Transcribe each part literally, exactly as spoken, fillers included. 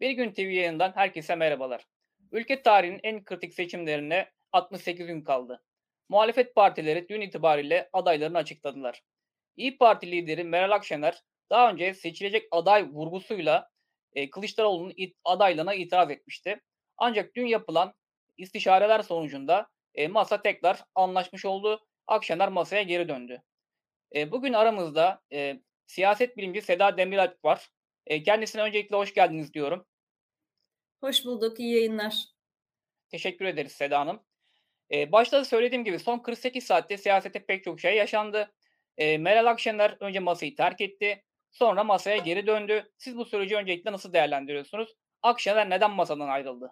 Bir Gün T V yayından herkese merhabalar. Ülke tarihinin en kritik seçimlerine altmış sekiz gün kaldı. Muhalefet partileri dün itibariyle adaylarını açıkladılar. İyi Parti lideri Meral Akşener daha önce seçilecek aday vurgusuyla e, Kılıçdaroğlu'nun it- adaylığına itiraz etmişti. Ancak dün yapılan istişareler sonucunda e, masa tekrar anlaşmış oldu. Akşener masaya geri döndü. E, bugün aramızda e, siyaset bilimci Seda Demiralp var. E, kendisine öncelikle hoş geldiniz diyorum. Hoş bulduk, iyi yayınlar. Teşekkür ederiz Seda Hanım. Eee, başta da söylediğim gibi son kırk sekiz saatte siyasette pek çok şey yaşandı. Eee, Meral Akşener önce masayı terk etti. Sonra masaya geri döndü. Siz bu süreci öncelikle nasıl değerlendiriyorsunuz? Akşener neden masadan ayrıldı?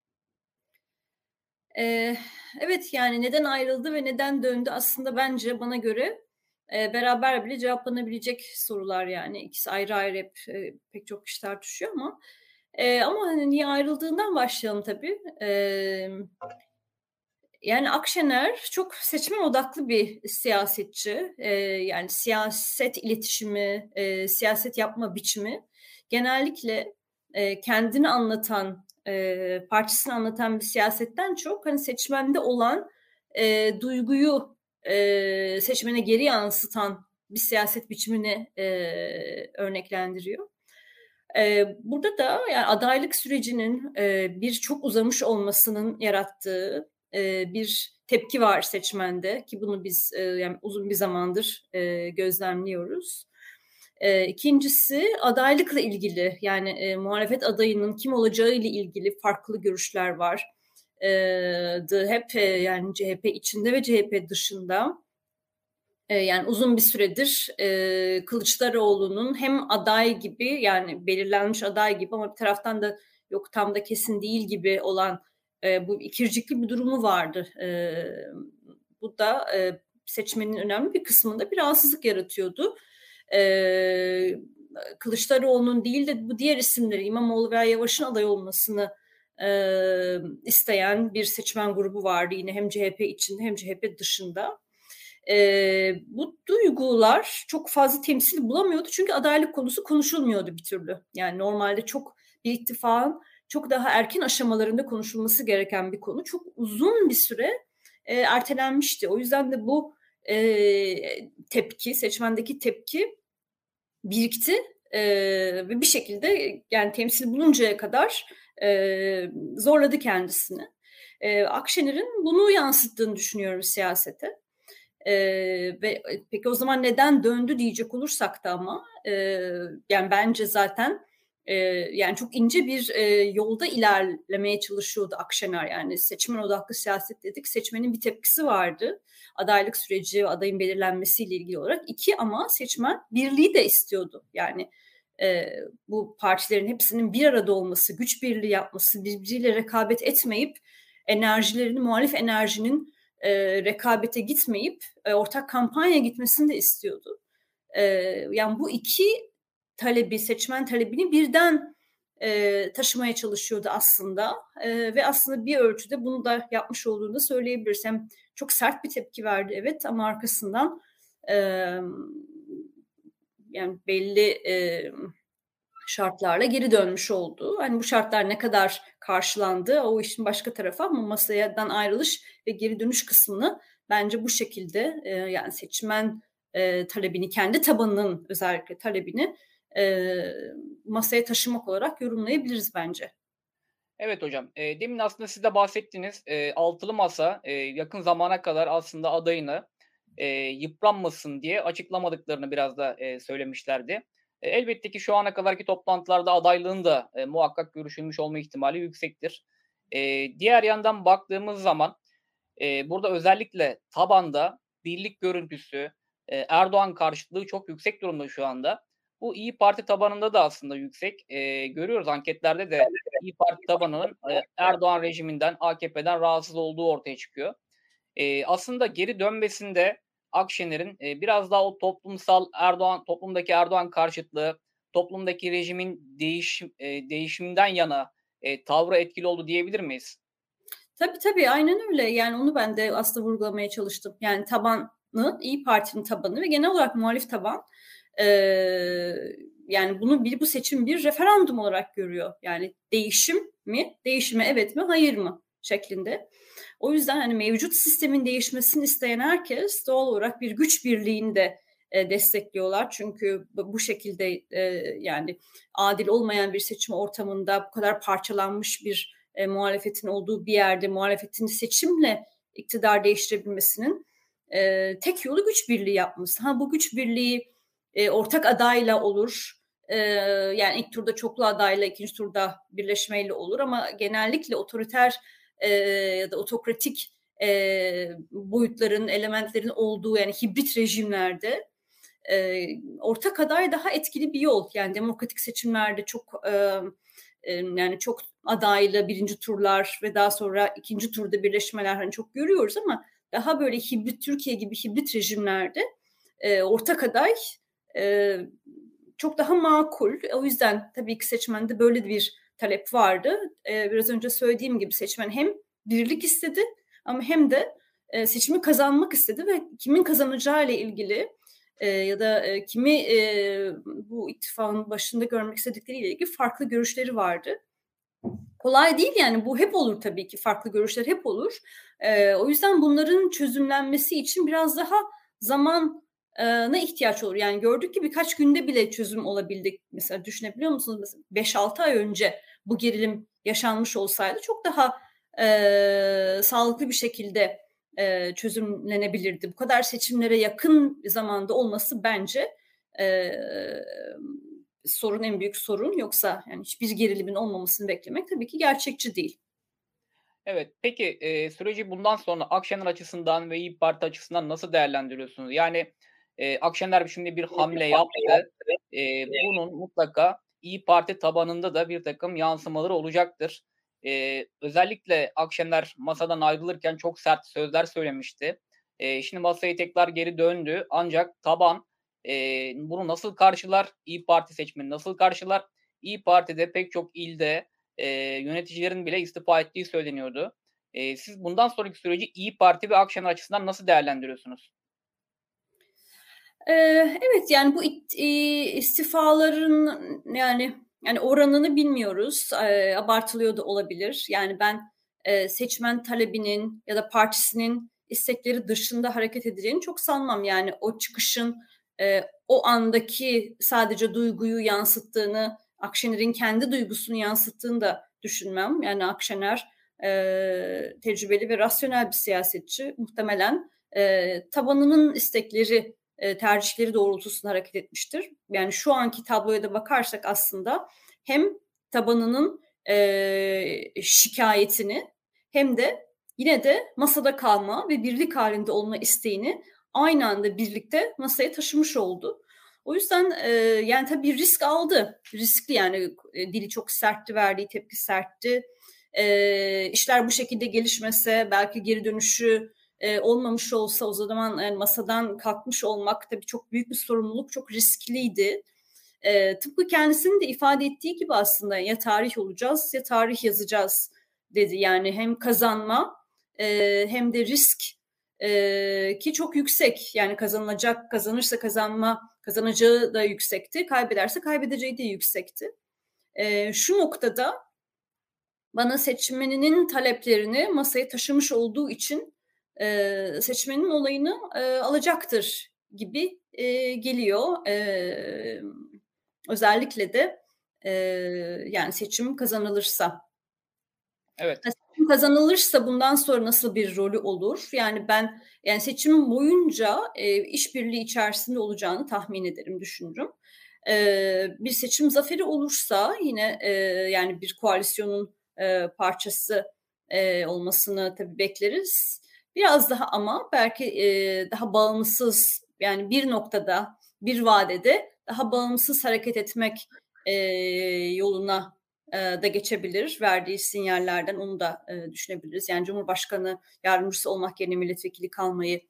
Eee, evet, yani neden ayrıldı ve neden döndü aslında bence bana göre, eee, beraber bile cevaplanabilecek sorular yani. İkisi ayrı ayrı hep, eee, pek çok kişi tartışıyor ama, eee, ama, hani, niye ayrıldığından başlayalım tabii. Emm, yani Akşener çok seçmen odaklı bir siyasetçi. Eee, yani siyaset iletişimi, eee, siyaset yapma biçimi genellikle, eee, kendini anlatan, eee, partisini anlatan bir siyasetten çok, hani, seçmende olan, eee, duyguyu, eee, seçmene geri yansıtan bir siyaset biçimini, eee, örneklendiriyor. Eee, burada da yani adaylık sürecinin, eee, bir çok uzamış olmasının yarattığı, eee, bir tepki var seçmende ki bunu biz, eee, yani uzun bir zamandır, eee, gözlemliyoruz. Eee, ikincisi adaylıkla ilgili yani, eee, muhalefet adayının kim olacağı ile ilgili farklı görüşler var. Eee, dı hep, eee, yani C H P içinde ve C H P dışında. Eee, yani uzun bir süredir, eee, Kılıçdaroğlu'nun hem aday gibi, yani belirlenmiş aday gibi ama bir taraftan da yok tam da kesin değil gibi olan, eee, bu ikircikli bir durumu vardı. Emm, bu da, eee, seçmenin önemli bir kısmında bir rahatsızlık yaratıyordu. Eee, Kılıçdaroğlu'nun değil de bu diğer isimleri İmamoğlu veya Yavaş'ın aday olmasını, emm, isteyen bir seçmen grubu vardı yine hem C H P içinde hem C H P dışında. Eee, bu duygular çok fazla temsil bulamıyordu çünkü adaylık konusu konuşulmuyordu bir türlü. Yani normalde çok bir ittifakın çok daha erken aşamalarında konuşulması gereken bir konu çok uzun bir süre, eee, ertelenmişti. O yüzden de bu, eee, tepki, seçmendeki tepki birikti, eee, ve bir şekilde yani temsil buluncaya kadar, eee, zorladı kendisini. Eee, Akşener'in bunu yansıttığını düşünüyorum siyasete. Eee, ve e, peki o zaman neden döndü diyecek olursak da ama, eee, yani bence zaten, eee, yani çok ince bir, eee, yolda ilerlemeye çalışıyordu Akşener. Yani seçmen odaklı siyaset dedik, seçmenin bir tepkisi vardı. Adaylık süreci ve adayın belirlenmesiyle ilgili olarak. iki ama seçmen birliği de istiyordu. Yani, eee, bu partilerin hepsinin bir arada olması, güç birliği yapması, birbiriyle rekabet etmeyip enerjilerini, muhalif enerjinin eee, rekabete gitmeyip, eee, ortak kampanya gitmesini de istiyordu. Eee, yani bu iki talebi, seçmen talebini birden, eee, taşımaya çalışıyordu aslında, eee, ve aslında bir ölçüde bunu da yapmış olduğunu da söyleyebiliriz. Hem çok sert bir tepki verdi evet ama arkasından, emm, yani belli, emm şartlarla geri dönmüş oldu. Hani bu şartlar ne kadar karşılandı o işin başka tarafı ama masadan ayrılış ve geri dönüş kısmını bence bu şekilde, eee, yani seçmen, eee, talebini, kendi tabanının özellikle talebini, eee, masaya taşımak olarak yorumlayabiliriz bence. Evet hocam. Eee, demin aslında siz de bahsettiniz. Eee, altılı masa eee, yakın zamana kadar aslında adayını eee, yıpranmasın diye açıklamadıklarını biraz da eee, söylemişlerdi. E, elbette ki şu ana kadarki toplantılarda adaylığın da eee, muhakkak görüşülmüş olma ihtimali yüksektir. Eee, diğer yandan baktığımız zaman Eee, burada özellikle tabanda birlik görüntüsü, eee, Erdoğan karşıtlığı çok yüksek durumda şu anda. Bu İyi Parti tabanında da aslında yüksek. Eee, görüyoruz anketlerde de İyi Parti tabanının, eee, Erdoğan rejiminden, A K P'den rahatsız olduğu ortaya çıkıyor. Eee, aslında geri dönmesinde Akşener'in, eee, biraz daha o toplumsal Erdoğan toplumdaki Erdoğan karşıtlığı, toplumdaki rejimin değişim eee, değişiminden yana, eee, tavrı etkili oldu diyebilir miyiz? Tabii, tabii, aynen öyle. Yani onu ben de aslında vurgulamaya çalıştım. Yani tabanı, İyi Parti'nin tabanı ve genel olarak muhalif taban, eee, yani bunu bir bu seçim bir referandum olarak görüyor. Yani değişim mi? Değişime evet mi? Hayır mı? Şeklinde. O yüzden hani mevcut sistemin değişmesini isteyen herkes doğal olarak bir güç birliğinde e, destekliyorlar. Çünkü bu şekilde e, yani adil olmayan bir seçim ortamında bu kadar parçalanmış bir e, muhalefetin olduğu bir yerde muhalefetin seçimle iktidar değiştirebilmesinin e, tek yolu güç birliği yapması. Ha bu güç birliği e, ortak adayla olur. E, yani ilk turda çoklu adayla, ikinci turda birleşmeyle olur ama genellikle otoriter e, ya da otokratik e, boyutların, elementlerin olduğu yani hibrit rejimlerde e, ortak aday daha etkili bir yol. Yani demokratik seçimlerde çok e, e, yani çok adaylı birinci turlar ve daha sonra ikinci turda birleşmeler hani çok görüyoruz ama daha böyle hibrit Türkiye gibi hibrit rejimlerde e, ortak aday e, çok daha makul. O yüzden tabii ki seçmende böyle bir talep vardı. E, biraz önce söylediğim gibi seçmen hem birlik istedi ama hem de e, seçimi kazanmak istedi ve kimin kazanacağı ile ilgili e, ya da e, kimi e, bu ittifakın başında görmek istedikleriyle ilgili farklı görüşleri vardı. Kolay değil yani bu hep olur tabii ki farklı görüşler hep olur. E, o yüzden bunların çözümlenmesi için biraz daha zaman ne ihtiyaç olur? Yani gördük ki birkaç günde bile çözüm olabildik. Mesela düşünebiliyor musunuz? Mesela beş altı ay önce bu gerilim yaşanmış olsaydı çok daha e, sağlıklı bir şekilde e, çözümlenebilirdi. Bu kadar seçimlere yakın zamanda olması bence e, sorun en büyük sorun. Yoksa yani hiçbir gerilimin olmamasını beklemek tabii ki gerçekçi değil. Evet, peki, eee, süreci bundan sonra Akşener açısından ve İYİ Parti açısından nasıl değerlendiriyorsunuz? Yani, eee, Akşener şimdi bir hamle yaptı. Eee, bunun mutlaka İYİ Parti tabanında da birtakım yansımaları olacaktır. Eee, özellikle Akşener masadan ayrılırken çok sert sözler söylemişti. Eee, şimdi masaya tekrar geri döndü ancak taban, eee, bunu nasıl karşılar? İYİ Parti seçmeni nasıl karşılar? İYİ Parti'de pek çok ilde, eee, yöneticilerin bile istifa ettiği söyleniyordu. Eee, siz bundan sonraki süreci İYİ Parti ve Akşener açısından nasıl değerlendiriyorsunuz? Eee, evet, yani bu it iii, istifaların yani yani oranını bilmiyoruz. Eee, abartılıyor da olabilir. Yani ben, eee, seçmen talebinin ya da partisinin istekleri dışında hareket edeceğini çok sanmam. Yani o çıkışın, eee, o andaki sadece duyguyu yansıttığını, Akşener'in kendi duygusunu yansıttığını da düşünmem. Yani Akşener, eee, tecrübeli ve rasyonel bir siyasetçi. Muhtemelen, eee, tabanının istekleri e, tercihleri doğrultusunda hareket etmiştir. Yani şu anki tabloya da bakarsak aslında hem tabanının e, şikayetini hem de yine de masada kalma ve birlik halinde olma isteğini aynı anda birlikte masaya taşımış oldu. O yüzden e, yani tabii risk aldı. Riskli yani e, dili çok sertti, verdiği tepki sertti. E, işler bu şekilde gelişmese belki geri dönüşü e, olmamış olsa o zaman yani masadan kalkmış olmak tabii çok büyük bir sorumluluk, çok riskliydi. E, tıpkı kendisinin de ifade ettiği gibi aslında ya tarih olacağız ya tarih yazacağız dedi. Yani hem kazanma e, hem de risk e, ki çok yüksek. Yani kazanılacak, kazanırsa kazanma kazanacağı da yüksekti, kaybederse kaybedeceği de yüksekti. E, şu noktada bana seçmeninin taleplerini masaya taşımış olduğu için e, seçmenin olayını e, alacaktır gibi e, geliyor. E, özellikle de e, yani seçim kazanılırsa. Evet. Seçim kazanılırsa bundan sonra nasıl bir rolü olur? Yani ben yani seçim boyunca e, işbirliği içerisinde olacağını tahmin ederim, düşünürüm. E, bir seçim zaferi olursa yine e, yani bir koalisyonun e, parçası e, olmasını tabii bekleriz. Biraz daha ama belki e, daha bağımsız yani bir noktada bir vadede daha bağımsız hareket etmek e, yoluna da geçebilir. Verdiği sinyallerden onu da e, düşünebiliriz. Yani Cumhurbaşkanı yardımcısı olmak yerine milletvekili kalmayı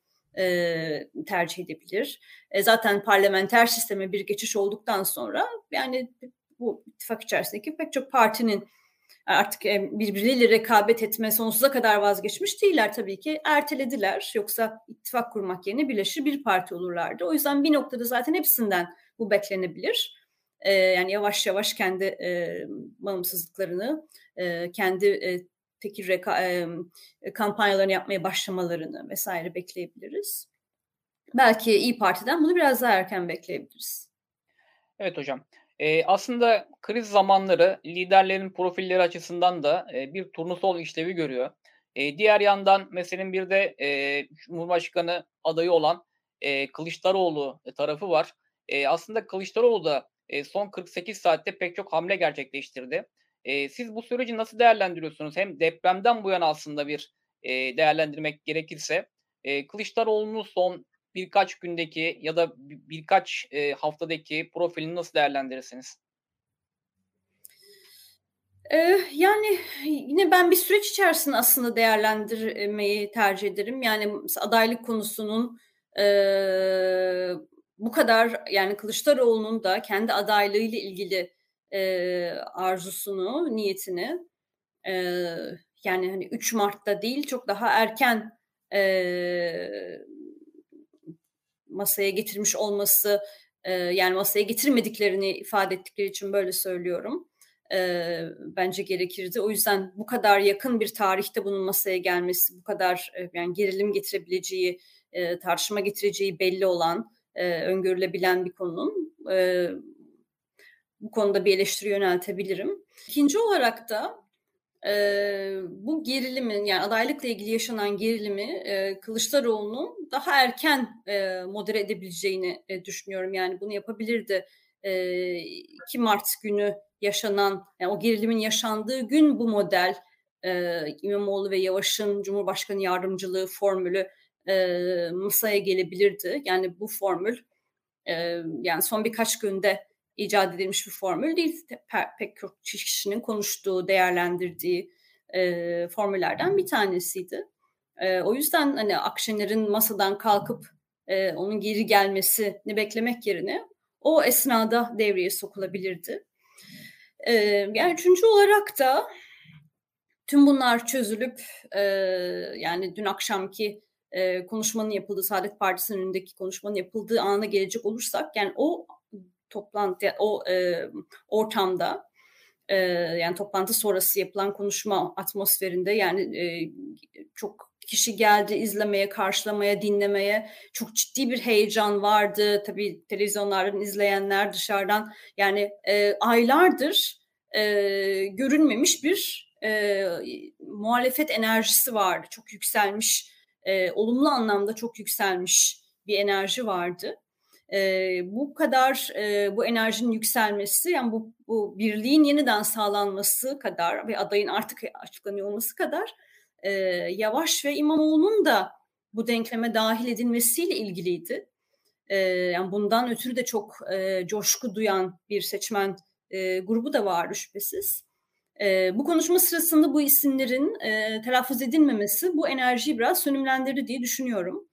e, tercih edebilir. E, zaten parlamenter sisteme bir geçiş olduktan sonra yani bu ittifak içerisindeki pek çok partinin artık birbirleriyle rekabet etme sonsuza kadar vazgeçmiş değiller tabii ki. Ertelediler. Yoksa ittifak kurmak yerine birleşir bir parti olurlardı. O yüzden bir noktada zaten hepsinden bu beklenebilir. Eee, yani yavaş yavaş kendi, eee, bağımsızlıklarını, eee, kendi, eee, tekil reka emm, kampanyalarını yapmaya başlamalarını vesaire bekleyebiliriz. Belki İYİ Parti'den bunu biraz daha erken bekleyebiliriz. Evet hocam. Eee, aslında kriz zamanları liderlerin profilleri açısından da, eee, bir turnusol işlevi görüyor. Eee, diğer yandan meselenin bir de, eee, Cumhurbaşkanı adayı olan, eee, Kılıçdaroğlu tarafı var. Eee, aslında Kılıçdaroğlu da, eee, son kırk sekiz saatte pek çok hamle gerçekleştirdi. Eee, siz bu süreci nasıl değerlendiriyorsunuz? Hem depremden bu yana aslında bir, eee, değerlendirmek gerekirse, eee, Kılıçdaroğlu'nun son birkaç gündeki ya da bi birkaç, eee, haftadaki profilini nasıl değerlendirirsiniz? Eee, yani, yine ben bir süreç içerisinde aslında değerlendirmeyi tercih ederim. Yani, mesela adaylık konusunun, eee, bu kadar, yani, Kılıçdaroğlu'nun da kendi adaylığıyla ilgili, eee, arzusunu, niyetini, eee, yani, hani, üç Mart'ta değil, çok daha erken, eee, masaya getirmiş olması, eee, yani, masaya getirmediklerini ifade ettikleri için böyle söylüyorum. Eee, bence gerekirdi. O yüzden bu kadar yakın bir tarihte bunun masaya gelmesi, bu kadar, eee, yani, gerilim getirebileceği, eee, tartışma getireceği belli olan, eee, öngörülebilen bir konunun, eee, bu konuda bir eleştiri yöneltebilirim. İkinci olarak da, eee, bu gerilimin, yani, adaylıkla ilgili yaşanan gerilimi, eee, Kılıçdaroğlu'nun daha erken, eee, modere edebileceğini, eee, düşünüyorum. Yani, bunu yapabilirdi. Eee, iki Mart günü yaşanan, yani, o gerilimin yaşandığı gün bu model, eee, İmamoğlu ve Yavaş'ın Cumhurbaşkanı yardımcılığı formülü, eee, masaya gelebilirdi. Yani, bu formül, eee, yani, son birkaç günde icat edilmiş bir formül değil. Te pe pek çok kişinin konuştuğu, değerlendirdiği, eee, formüllerden bir tanesiydi. Eee, o yüzden, hani, Akşener'in masadan kalkıp, eee, onun geri gelmesini beklemek yerine o esnada devreye sokulabilirdi. Eee, yani, üçüncü olarak da tüm bunlar çözülüp, eee, yani, dün akşamki, eee, konuşmanın yapıldığı, Saadet Partisi'nin önündeki konuşmanın yapıldığı ana gelecek olursak, yani, o toplantı, o, eee, ortamda, eee, yani, toplantı sonrası yapılan konuşma atmosferinde, yani, eee, çok kişi geldi izlemeye, karşılamaya, dinlemeye. Çok ciddi bir heyecan vardı. Tabii televizyonlardan izleyenler, dışarıdan, yani, eee, aylardır, eee, görülmemiş bir, eee, muhalefet enerjisi vardı. Çok yükselmiş, eee, olumlu anlamda çok yükselmiş bir enerji vardı. Eee, bu kadar, eee, bu enerjinin yükselmesi, yani, bu bu birliğin yeniden sağlanması kadar ve adayın artık açıklanıyor olması kadar, eee, Yavaş ve İmamoğlu'nun da bu denkleme dâhil edilmesiyle ilgiliydi. Eee, yani, bundan ötürü de çok, eee, coşku duyan bir seçmen, eee, grubu da vardı şüphesiz. Eee, bu konuşma sırasında bu isimlerin, eee, telaffuz edilmemesi bu enerjiyi biraz sönümlendirdi diye düşünüyorum.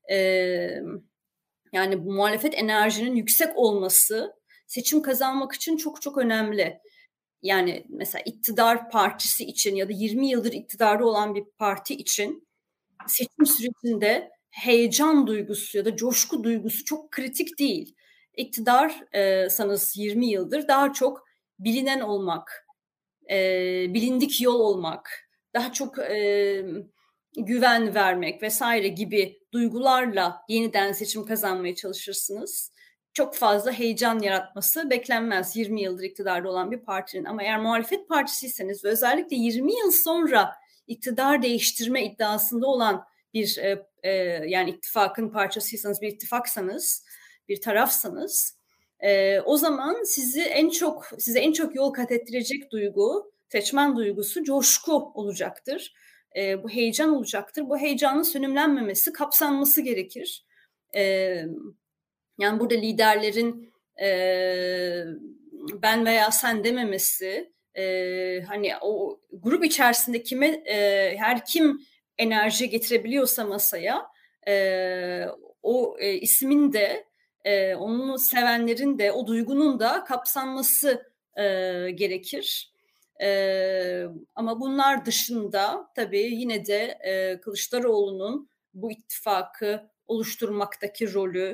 Emm, yani, bu muhalefet enerjinin yüksek olması seçim kazanmak için çok çok önemli. Yani, mesela iktidar partisi için ya da yirmi yıldır iktidarda olan bir parti için seçim sürecinde heyecan duygusu ya da coşku duygusu çok kritik değil. İktidar eee, sanız yirmi yıldır daha çok bilinen olmak, eee, bilindik yol olmak, daha çok, emm, güven vermek vesaire gibi duygularla yeniden seçim kazanmaya çalışırsınız. Çok fazla heyecan yaratması beklenmez yirmi yıldır iktidarda olan bir partinin. Ama eğer muhalefet partisiyseniz ve özellikle yirmi yıl sonra iktidar değiştirme iddiasında olan bir, eee, eee, yani ittifakın parçasıysanız, bir ittifaksanız, bir tarafsanız, Eee, o zaman sizi en çok size en çok yol kat ettirecek duygu, seçmen duygusu coşku olacaktır. Eee, bu heyecan olacaktır. Bu heyecanın sönümlenmemesi, kapsanması gerekir. Emm, yani, burada liderlerin, eee, ben veya sen dememesi, eee, hani, o grup içerisinde kime, eee, her kim enerji getirebiliyorsa masaya, eee, o, eee, ismin de, eee, onu sevenlerin de, o duygunun da kapsanması, eee, gerekir. Eee, ama bunlar dışında tabii yine de, eee, Kılıçdaroğlu'nun bu ittifakı oluşturmaktaki rolü,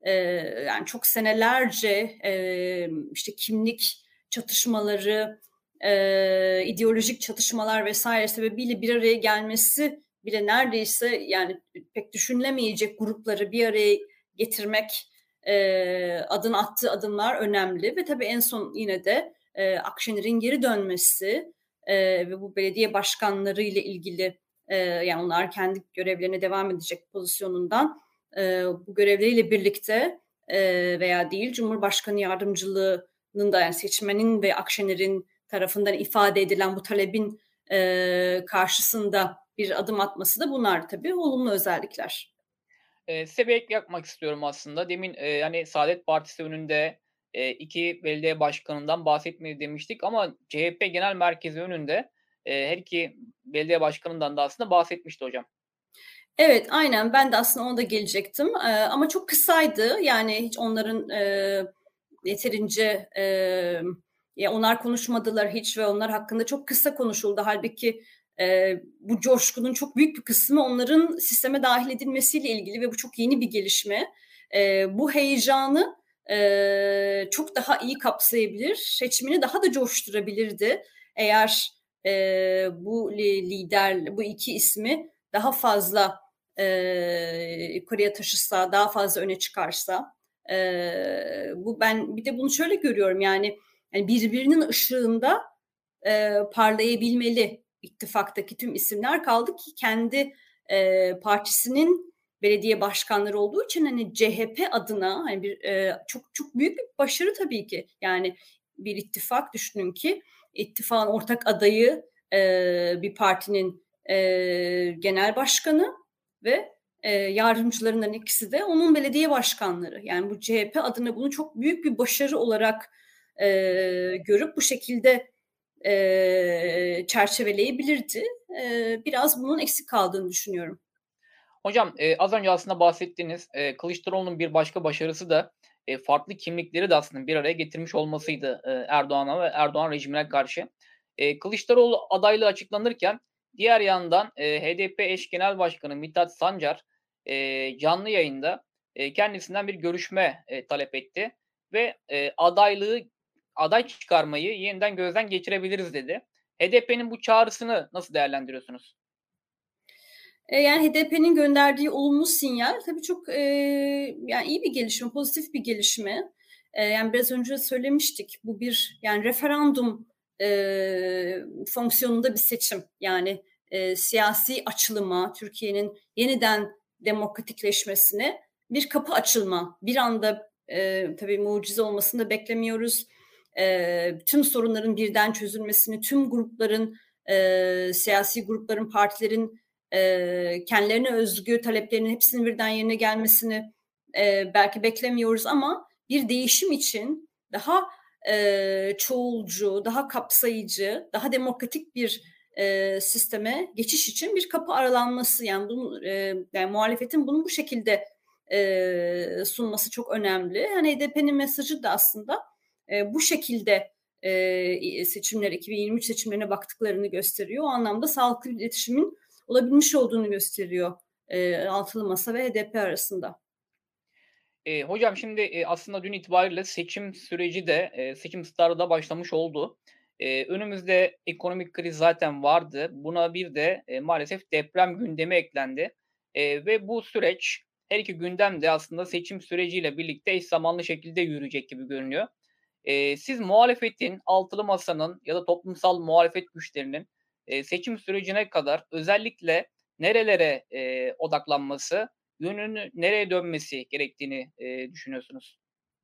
eee, yani çok senelerce, eee, işte kimlik çatışmaları, eee, ideolojik çatışmalar vesaire sebebiyle bir araya gelmesi bile neredeyse yani pek düşünülemeyecek grupları bir araya getirmek eee, adına attığı adımlar önemli ve tabii en son yine de eee, Akşener'in geri dönmesi eee, ve bu belediye başkanları ile ilgili eee, yani onlar kendi görevlerine devam edecek pozisyonundan eee, bu görevleriyle birlikte eee, veya değil Cumhurbaşkanı yardımcılığının da yani seçmenin ve Akşener'in tarafından ifade edilen bu talebin eee, karşısında bir adım atması da bunlar tabii olumlu özellikler. Eee, size bir ek yapmak istiyorum aslında. Demin, eee, hani, Saadet Partisi önünde, eee, iki belediye başkanından bahsetmedi demiştik ama C H P Genel Merkezi önünde, eee, her iki belediye başkanından da aslında bahsetmişti hocam. Evet, aynen. Ben de aslında ona da gelecektim. Eee, ama çok kısaydı. Yani hiç onların, eee, yeterince, emm, ya onlar konuşmadılar hiç ve onlar hakkında çok kısa konuşuldu. Hâlbuki, eee, bu coşkunun çok büyük bir kısmı onların sisteme dâhil edilmesiyle ilgili ve bu çok yeni bir gelişme. Eee, bu heyecanı, eee, çok daha iyi kapsayabilir, seçmeni daha da coşturabilirdi. Eğer, eee, bu li lider, bu iki ismi daha fazla, eee, yukarıya taşısa, daha fazla öne çıkarsa, eee, bu ben bir de bunu şöyle görüyorum yani, hani birbirinin ışığında, eee, parlayabilmeli ittifaktaki tüm isimler. Kaldı ki kendi, eee, partisinin belediye başkanları olduğu için hani C H P adına hani bir, eee, çok çok büyük bir başarı tabii ki. Yani bir ittifak düşünün ki ittifakın ortak adayı, eee, bir partinin, eee, genel başkanı ve, eee, yardımcılarından ikisi de onun belediye başkanları. Yani bu C H P adına bunu çok büyük bir başarı olarak, eee, görüp bu şekilde, eee, çerçeveleyebilirdi. Eee, biraz bunun eksik kaldığını düşünüyorum. Hocam, eee, az önce aslında bahsettiğiniz, eee, Kılıçdaroğlu'nun bir başka başarısı da, eee, farklı kimlikleri de aslında bir araya getirmiş olmasıydı, eee, Erdoğan'a ve Erdoğan rejimine karşı. Eee, Kılıçdaroğlu adaylığı açıklanırken diğer yandan, eee, H D P eş genel başkanı Mithat Sancar, eee, canlı yayında, eee, kendisinden bir görüşme, eee, talep etti ve, eee, adaylığı aday çıkarmayı yeniden gözden geçirebiliriz dedi. H D P'nin bu çağrısını nasıl değerlendiriyorsunuz? Eee, yani H D P'nin gönderdiği olumlu sinyal tabii çok, eee, yani iyi bir gelişme, pozitif bir gelişme. Eee, yani biraz önce söylemiştik. Bu bir yani referandum, eee, fonksiyonunda bir seçim. Yani, eee, siyasi açılıma, Türkiye'nin yeniden demokratikleşmesine bir kapı açılma. Bir anda, eee, tabii mucize olmasını da beklemiyoruz. Eee, tüm sorunların birden çözülmesini, tüm grupların, eee, siyasi grupların, partilerin Eee, kendilerine özgü taleplerinin hepsinin birden yerine gelmesini, eee, belki beklemiyoruz ama bir değişim için daha, eee, çoğulcu, daha kapsayıcı, daha demokratik bir, eee, sisteme geçiş için bir kapı aralanması, yani, bunu, eee, yani, muhalefetin bunu bu şekilde, eee, sunması çok önemli. Hani, H D P'nin mesajı da aslında, eee, bu şekilde, eee, seçimler iki bin yirmi üç seçimlerine baktıklarını gösteriyor. O anlamda sağlıklı iletişimin olabilmiş olduğunu gösteriyor, eee, Altılı Masa ve H D P arasında. Eee, hocam şimdi, eee, aslında dün itibariyle seçim süreci de, eee, seçim starı da başlamış oldu. Eee, önümüzde ekonomik kriz zaten vardı. Buna bir de, eee, maalesef deprem gündemi eklendi. Eee, ve bu süreç, her iki gündem de aslında seçim süreciyle birlikte eş zamanlı şekilde yürüyecek gibi görünüyor. Eee, siz muhalefetin, altılı masanın ya da toplumsal muhalefet güçlerinin, eee, seçim sürecine kadar özellikle nerelere, eee, odaklanması, yönünü nereye dönmesi gerektiğini, eee, düşünüyorsunuz?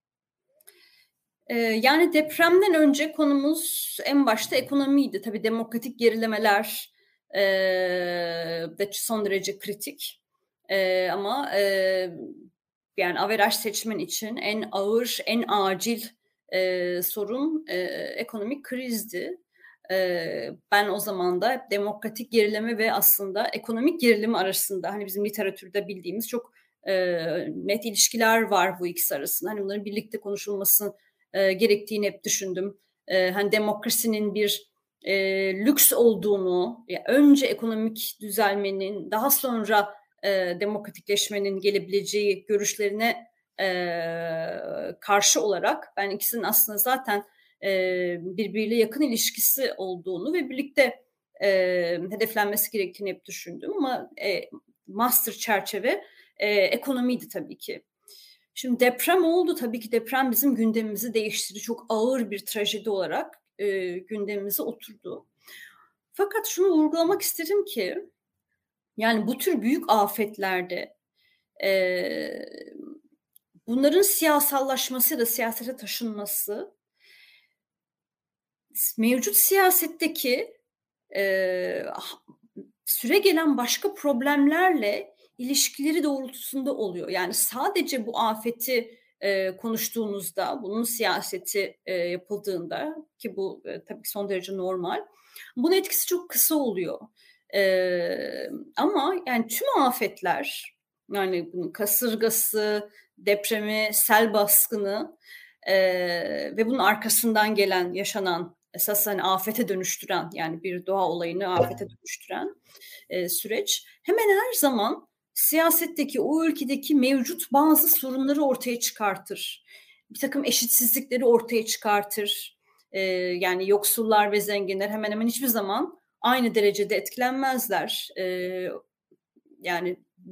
Eee, yani depremden önce konumuz en başta ekonomiydi. Tabii demokratik gerilemeler, eee, de son derece kritik. Eee, ama, eee, yani averaj seçmen için en ağır, en acil, eee, sorun, eee, ekonomik krizdi. Eee, ben o zaman da hep demokratik gerileme ve aslında ekonomik gerileme arasında, hani, bizim literatürde bildiğimiz çok, eee, net ilişkiler var bu ikisi arasında. Hani, bunların birlikte konuşulması eee, gerektiğini hep düşündüm. Eee, hani demokrasinin bir eee, lüks olduğunu, ya önce ekonomik düzelmenin, daha sonra eee, demokratikleşmenin gelebileceği görüşlerine eee, karşı olarak ben ikisinin aslında zaten eee, birbiriyle yakın ilişkisi olduğunu ve birlikte eee, hedeflenmesi gerektiğini hep düşündüm ama eee, master çerçeve eee, ekonomiydi tabii ki. Şimdi deprem oldu. Tabii ki deprem bizim gündemimizi değiştirdi. Çok ağır bir trajedi olarak eee, gündemimize oturdu. Fakat şunu vurgulamak isterim ki, yani bu tür büyük afetlerde eee, bunların siyasallaşması ya da siyasete taşınması mevcut siyasetteki eee, süregelen başka problemlerle ilişkileri doğrultusunda oluyor. Yani sadece bu afeti eee, konuştuğumuzda, bunun siyaseti eee, yapıldığında ki bu e, tabii ki son derece normal. Bunun etkisi çok kısa oluyor. Eee, ama yani tüm afetler, yani bunun kasırgası, depremi, sel baskını eee, ve bunun arkasından gelen, yaşanan esas hani afete dönüştüren yani bir doğa olayını afete dönüştüren eee, süreç hemen her zaman siyasetteki o ülkedeki mevcut bazı sorunları ortaya çıkartır. Bir takım eşitsizlikleri ortaya çıkartır. Eee, yani yoksullar ve zenginler hemen hemen hiçbir zaman aynı derecede etkilenmezler. Eee, yani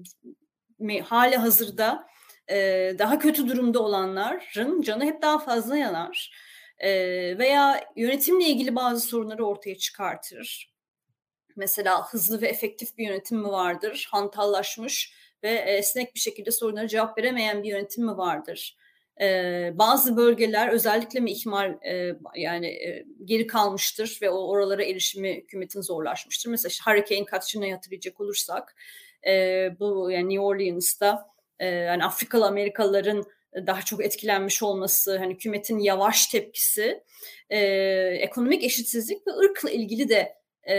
me, hali hazırda e, daha kötü durumda olanların canı hep daha fazla yanar. E, veya yönetimle ilgili bazı sorunları ortaya çıkartır. Mesela hızlı ve efektif bir yönetim mi vardır? Hantallaşmış ve esnek bir şekilde sorunlara cevap veremeyen bir yönetim mi vardır? Ee, bazı bölgeler özellikle mi ihmal e, yani e, geri kalmıştır ve o oralara erişimi hükümetin zorlaşmıştır. Mesela işte Hurricane Katrina'yı hatırlayacak olursak e, bu yani New Orleans'ta e, yani Afrikalı Amerikalıların daha çok etkilenmiş olması, hani hükümetin yavaş tepkisi, e, ekonomik eşitsizlik ve ırkla ilgili de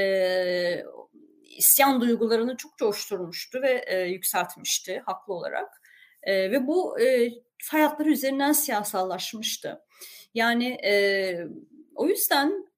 e, isyan duygularını çok coşturmuştu ve e, yükseltmişti haklı olarak. E, ve bu e, fay hatları üzerinden siyasallaşmıştı. Yani e, o yüzden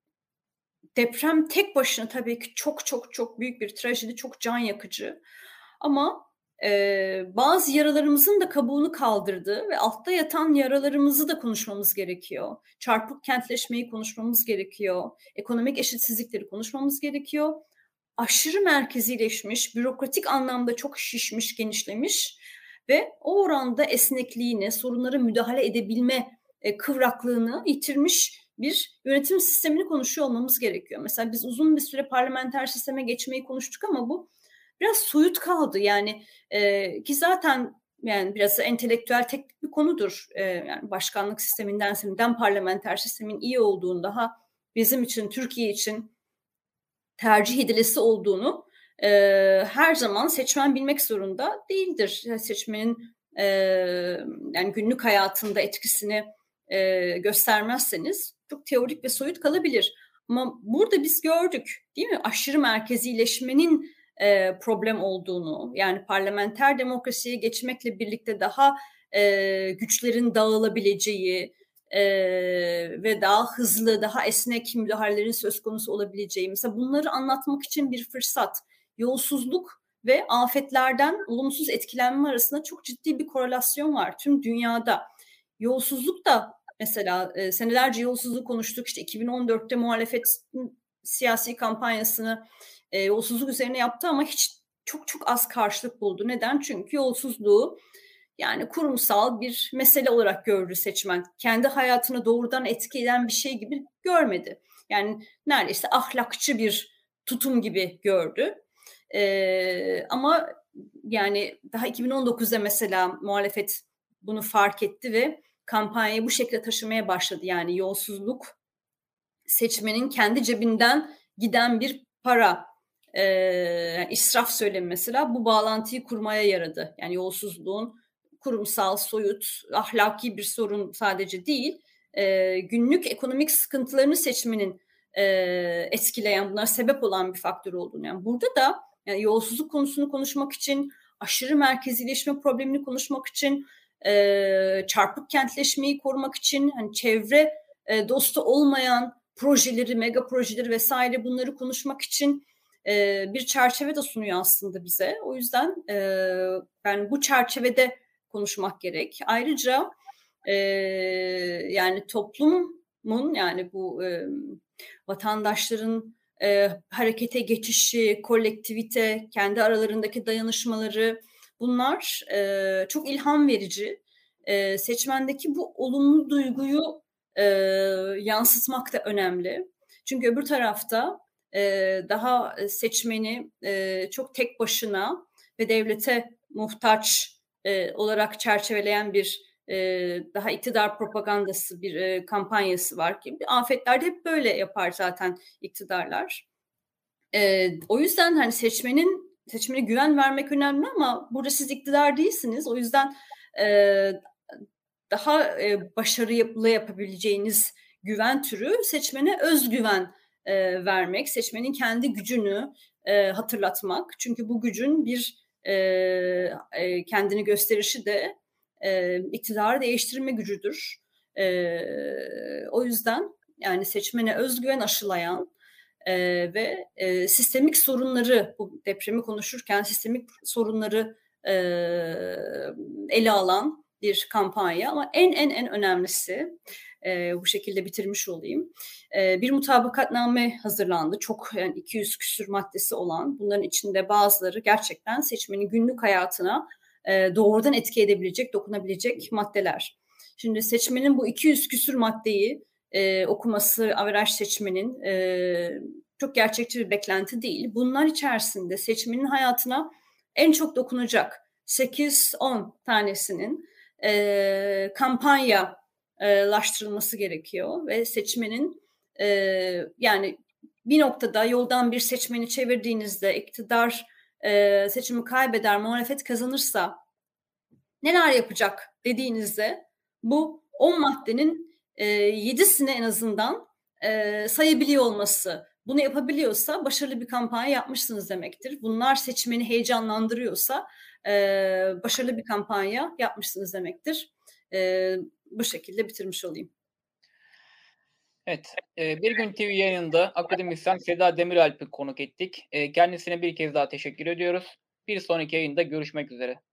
deprem tek başına tabii ki çok çok çok büyük bir trajedi, çok can yakıcı. Ama e, bazı yaralarımızın da kabuğunu kaldırdı ve altta yatan yaralarımızı da konuşmamız gerekiyor. Çarpık kentleşmeyi konuşmamız gerekiyor. Ekonomik eşitsizlikleri konuşmamız gerekiyor. Aşırı merkezileşmiş, bürokratik anlamda çok şişmiş, genişlemiş ve o oranda esnekliğini, sorunlara müdahale edebilme e, kıvraklığını yitirmiş bir yönetim sistemini konuşuyor olmamız gerekiyor. Mesela biz uzun bir süre parlamenter sisteme geçmeyi konuştuk ama bu biraz soyut kaldı. Yani e, ki zaten yani biraz entelektüel teknik bir konudur. E, yani başkanlık sisteminden, neden parlamenter sistemin iyi olduğunu, daha bizim için, Türkiye için tercih edilesi olduğunu e, her zaman seçmen bilmek zorunda değildir. Seçmenin e, yani günlük hayatında etkisini e, göstermezseniz çok teorik ve soyut kalabilir. Ama burada biz gördük, değil mi? Aşırı merkezileşmenin e, problem olduğunu, yani parlamenter demokrasiye geçmekle birlikte daha e, güçlerin dağılabileceği e, ve daha hızlı, daha esnek müdahalelerin söz konusu olabileceği. Mesela bunları anlatmak için bir fırsat. Yolsuzluk ve afetlerden olumsuz etkilenme arasında çok ciddi bir korelasyon var tüm dünyada. Yolsuzluk da mesela e, senelerce yolsuzluk konuştuk. İşte iki bin on dörtte muhalefet siyasi kampanyasını e, yolsuzluk üzerine yaptı ama hiç çok çok az karşılık buldu. Neden? Çünkü yolsuzluğu yani kurumsal bir mesele olarak gördü seçmen. Kendi hayatını doğrudan etki eden bir şey gibi görmedi. Yani neredeyse ahlakçı bir tutum gibi gördü. Ee, ama yani daha iki bin on dokuzda mesela muhalefet bunu fark etti ve kampanyayı bu şekilde taşımaya başladı. Yani yolsuzluk seçmenin kendi cebinden giden bir para, e, israf söylemi mesela bu bağlantıyı kurmaya yaradı. Yani yolsuzluğun kurumsal, soyut, ahlaki bir sorun sadece değil, e, günlük ekonomik sıkıntılarını seçmenin e, etkileyen, bunlar sebep olan bir faktör olduğunu. Yani burada da yani yolsuzluk konusunu konuşmak için, aşırı merkezileşme problemini konuşmak için, e, çarpık kentleşmeyi korumak için, hani çevre e, dostu olmayan projeleri, mega projeleri vesaire bunları konuşmak için e, bir çerçeve de sunuyor aslında bize. O yüzden e, ben bu çerçevede konuşmak gerek. Ayrıca, eee, yani toplumun, yani bu, emm, vatandaşların, eee, harekete geçişi, kolektivite, kendi aralarındaki dayanışmaları bunlar, eee, çok ilham verici. Eee, seçmendeki bu olumlu duyguyu, eee, yansıtmak da önemli. Çünkü öbür tarafta, eee, daha, eee, seçmeni, eee, çok tek başına ve devlete muhtaç, eee, olarak çerçeveleyen bir, eee, daha iktidar propagandası, bir, eee, kampanyası var ki afetler de hep böyle yapar zaten iktidarlar. Eee, o yüzden, hani, seçmenin seçmene güven vermek önemli ama burada siz iktidar değilsiniz. O yüzden, eee, daha, eee, başarılı yapabileceğiniz güven türü seçmene öz güven, eee, vermek, seçmenin kendi gücünü, eee, hatırlatmak. Çünkü bu gücün bir, eee, eee, kendini gösterişi de, eee, iktidarı değiştirme gücüdür. Eee, o yüzden, yani, seçmene öz güven aşılayan, eee, ve, eee, sistemik sorunları, bu depremi konuşurken sistemik sorunları, eee, ele alan bir kampanya ama en, en, en önemlisi, eee, bu şekilde bitirmiş olayım. Eee, bir mutabakatname hazırlandı. Çok, yani iki yüz küsur maddesi olan, bunların içinde bazıları gerçekten seçmenin günlük hayatına, eee, doğrudan etki edebilecek, dokunabilecek maddeler. Şimdi seçmenin bu iki yüz küsur maddeyi, eee, okuması, averaj seçmenin, eee, çok gerçekçi bir beklenti değil. Bunlar içerisinde seçmenin hayatına en çok dokunacak sekiz on tanesinin, eee, kampanya eee, laştırılması gerekiyor ve seçmenin, eee, yani bir noktada yoldan bir seçmeni çevirdiğinizde iktidar, eee, seçimi kaybeder, muhalefet kazanırsa neler yapacak dediğinizde bu on maddenin, eee, yedisini en azından, eee, sayabiliyor olması. Bunu yapabiliyorsa başarılı bir kampanya yapmışsınız demektir. Bunlar seçmeni heyecanlandırıyorsa, eee, başarılı bir kampanya yapmışsınız demektir. Eee, bu şekilde bitirmiş olayım. Evet, eee, Bir Gün T V yayınında akademisyen Seda Demiralp'i konuk ettik. Eee, kendisine bir kez daha teşekkür ediyoruz. Bir sonraki yayında görüşmek üzere.